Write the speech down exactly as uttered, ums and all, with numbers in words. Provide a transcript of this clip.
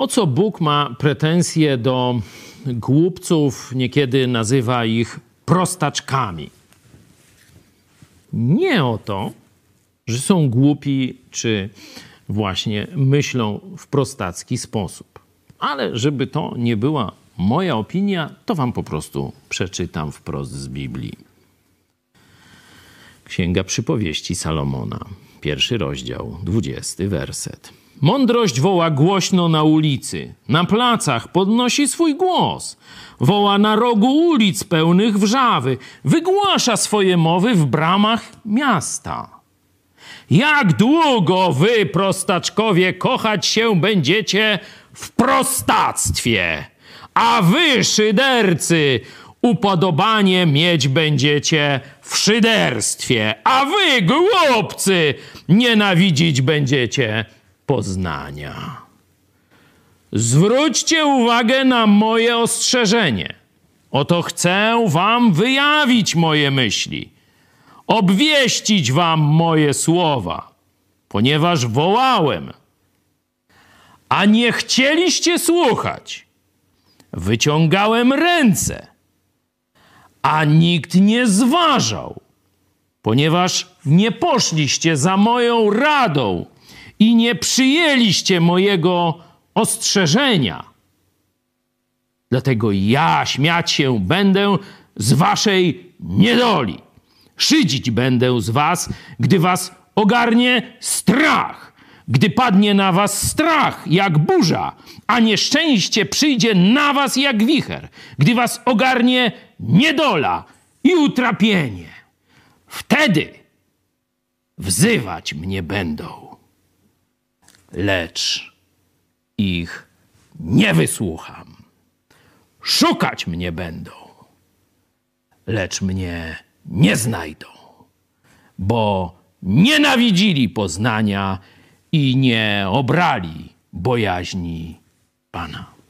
O co Bóg ma pretensje do głupców, niekiedy nazywa ich prostaczkami? Nie o to, że są głupi, czy właśnie myślą w prostacki sposób. Ale żeby to nie była moja opinia, to wam po prostu przeczytam wprost z Biblii. Księga Przypowieści Salomona, pierwszy rozdział, dwudziesty werset. Mądrość woła głośno na ulicy, na placach podnosi swój głos, woła na rogu ulic pełnych wrzawy, wygłasza swoje mowy w bramach miasta. Jak długo wy, prostaczkowie, kochać się będziecie w prostactwie, a wy, szydercy, upodobanie mieć będziecie w szyderstwie, a wy, głupcy, nienawidzić będziecie poznania. Zwróćcie uwagę na moje ostrzeżenie. Oto chcę wam wyjawić moje myśli, obwieścić wam moje słowa, ponieważ wołałem, a nie chcieliście słuchać. Wyciągałem ręce, a nikt nie zważał, ponieważ nie poszliście za moją radą i nie przyjęliście mojego ostrzeżenia. Dlatego ja śmiać się będę z waszej niedoli. Szydzić będę z was, gdy was ogarnie strach. Gdy padnie na was strach jak burza, a nieszczęście przyjdzie na was jak wicher. Gdy was ogarnie niedola i utrapienie. Wtedy wzywać mnie będą, lecz ich nie wysłucham. Szukać mnie będą, lecz mnie nie znajdą, bo nienawidzili poznania i nie obrali bojaźni Pana.